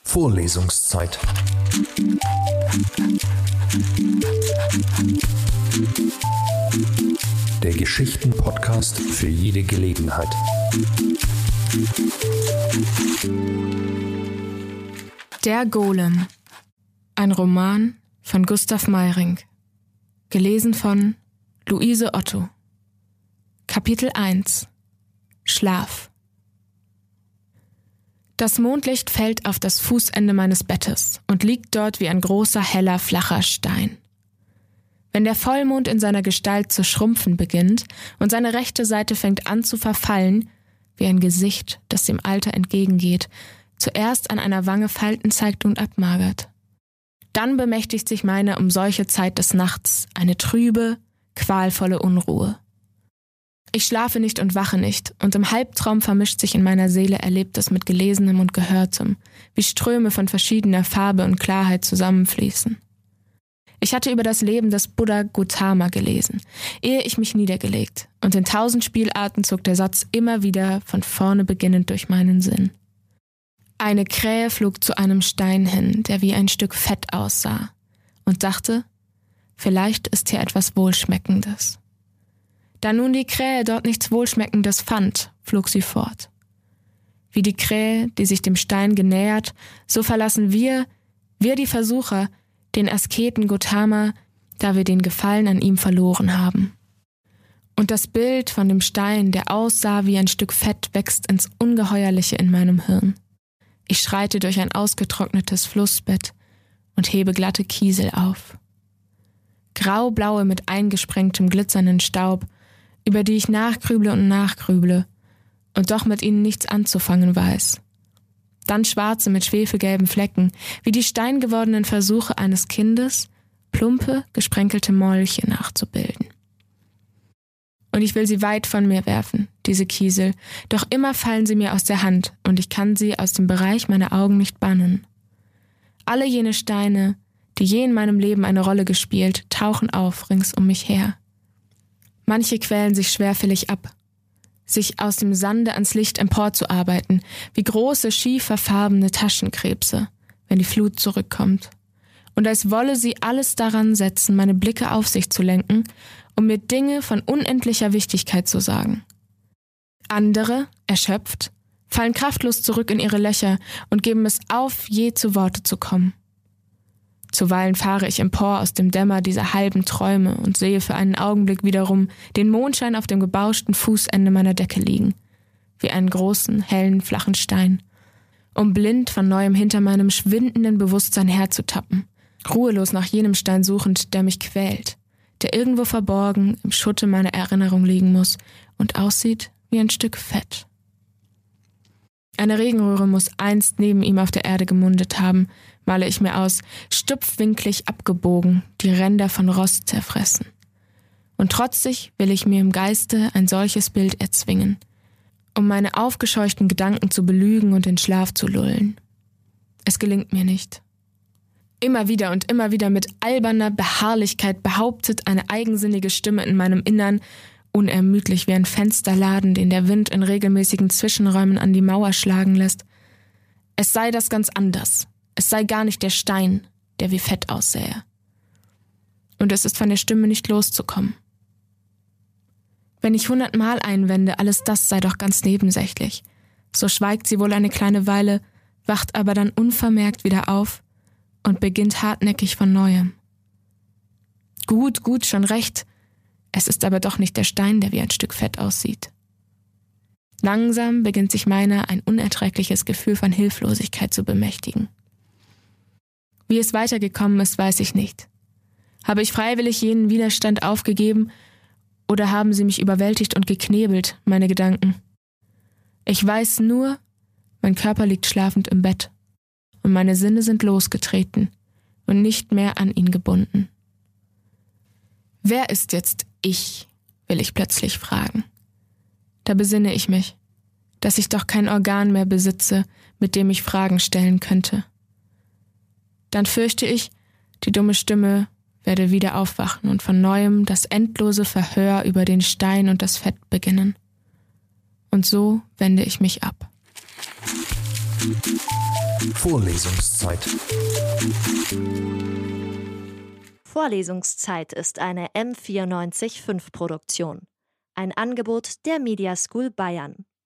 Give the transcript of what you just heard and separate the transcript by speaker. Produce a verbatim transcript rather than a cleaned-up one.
Speaker 1: Vorlesungszeit. Der Geschichten-Podcast für jede Gelegenheit.
Speaker 2: Der Golem. Ein Roman von Gustav Meyrink. Gelesen von Luise Otto. Kapitel eins. Schlaf. Das Mondlicht fällt auf das Fußende meines Bettes und liegt dort wie ein großer, heller, flacher Stein. Wenn der Vollmond in seiner Gestalt zu schrumpfen beginnt und seine rechte Seite fängt an zu verfallen, wie ein Gesicht, das dem Alter entgegengeht, zuerst an einer Wange Falten zeigt und abmagert. Dann bemächtigt sich meine um solche Zeit des Nachts eine trübe, qualvolle Unruhe. Ich schlafe nicht und wache nicht, und im Halbtraum vermischt sich in meiner Seele Erlebtes mit Gelesenem und Gehörtem, wie Ströme von verschiedener Farbe und Klarheit zusammenfließen. Ich hatte über das Leben des Buddha Gautama gelesen, ehe ich mich niedergelegt, und in tausend Spielarten zog der Satz immer wieder von vorne beginnend durch meinen Sinn. Eine Krähe flog zu einem Stein hin, der wie ein Stück Fett aussah, und dachte, vielleicht ist hier etwas Wohlschmeckendes. Da nun die Krähe dort nichts Wohlschmeckendes fand, flog sie fort. Wie die Krähe, die sich dem Stein genähert, so verlassen wir, wir die Versucher, den Asketen Gautama, da wir den Gefallen an ihm verloren haben. Und das Bild von dem Stein, der aussah wie ein Stück Fett, wächst ins Ungeheuerliche in meinem Hirn. Ich schreite durch ein ausgetrocknetes Flussbett und hebe glatte Kiesel auf. Graublaue mit eingesprengtem glitzernden Staub, über die ich nachgrüble und nachgrüble und doch mit ihnen nichts anzufangen weiß. Dann schwarze mit schwefelgelben Flecken, wie die steingewordenen Versuche eines Kindes, plumpe, gesprenkelte Molche nachzubilden. Und ich will sie weit von mir werfen, diese Kiesel, doch immer fallen sie mir aus der Hand und ich kann sie aus dem Bereich meiner Augen nicht bannen. Alle jene Steine, die je in meinem Leben eine Rolle gespielt, tauchen auf rings um mich her. Manche quälen sich schwerfällig ab, sich aus dem Sande ans Licht emporzuarbeiten, wie große, schieferfarbene Taschenkrebse, wenn die Flut zurückkommt. Und als wolle sie alles daran setzen, meine Blicke auf sich zu lenken, um mir Dinge von unendlicher Wichtigkeit zu sagen. Andere, erschöpft, fallen kraftlos zurück in ihre Löcher und geben es auf, je zu Worte zu kommen. Zuweilen fahre ich empor aus dem Dämmer dieser halben Träume und sehe für einen Augenblick wiederum den Mondschein auf dem gebauschten Fußende meiner Decke liegen, wie einen großen, hellen, flachen Stein, um blind von neuem hinter meinem schwindenden Bewusstsein herzutappen, ruhelos nach jenem Stein suchend, der mich quält, der irgendwo verborgen im Schutte meiner Erinnerung liegen muss und aussieht wie ein Stück Fett. Eine Regenröhre muss einst neben ihm auf der Erde gemundet haben, male ich mir aus, stupfwinklig abgebogen, die Ränder von Rost zerfressen. Und trotzig will ich mir im Geiste ein solches Bild erzwingen, um meine aufgescheuchten Gedanken zu belügen und in Schlaf zu lullen. Es gelingt mir nicht. Immer wieder und immer wieder mit alberner Beharrlichkeit behauptet eine eigensinnige Stimme in meinem Innern, unermüdlich wie ein Fensterladen, den der Wind in regelmäßigen Zwischenräumen an die Mauer schlagen lässt. Es sei das ganz anders. Es sei gar nicht der Stein, der wie Fett aussähe. Und es ist von der Stimme nicht loszukommen. Wenn ich hundertmal einwende, alles das sei doch ganz nebensächlich, so schweigt sie wohl eine kleine Weile, wacht aber dann unvermerkt wieder auf und beginnt hartnäckig von Neuem. Gut, gut, schon recht. Es ist aber doch nicht der Stein, der wie ein Stück Fett aussieht. Langsam beginnt sich meiner ein unerträgliches Gefühl von Hilflosigkeit zu bemächtigen. Wie es weitergekommen ist, weiß ich nicht. Habe ich freiwillig jenen Widerstand aufgegeben oder haben sie mich überwältigt und geknebelt, meine Gedanken? Ich weiß nur, mein Körper liegt schlafend im Bett und meine Sinne sind losgetreten und nicht mehr an ihn gebunden. Wer ist jetzt ich, will ich plötzlich fragen. Da besinne ich mich, dass ich doch kein Organ mehr besitze, mit dem ich Fragen stellen könnte. Dann fürchte ich, die dumme Stimme werde wieder aufwachen und von neuem das endlose Verhör über den Stein und das Fett beginnen. Und so wende ich mich ab.
Speaker 1: Vorlesungszeit.
Speaker 3: Vorlesungszeit ist eine M vierundneunzig Komma fünf Produktion. Ein Angebot der Media School Bayern.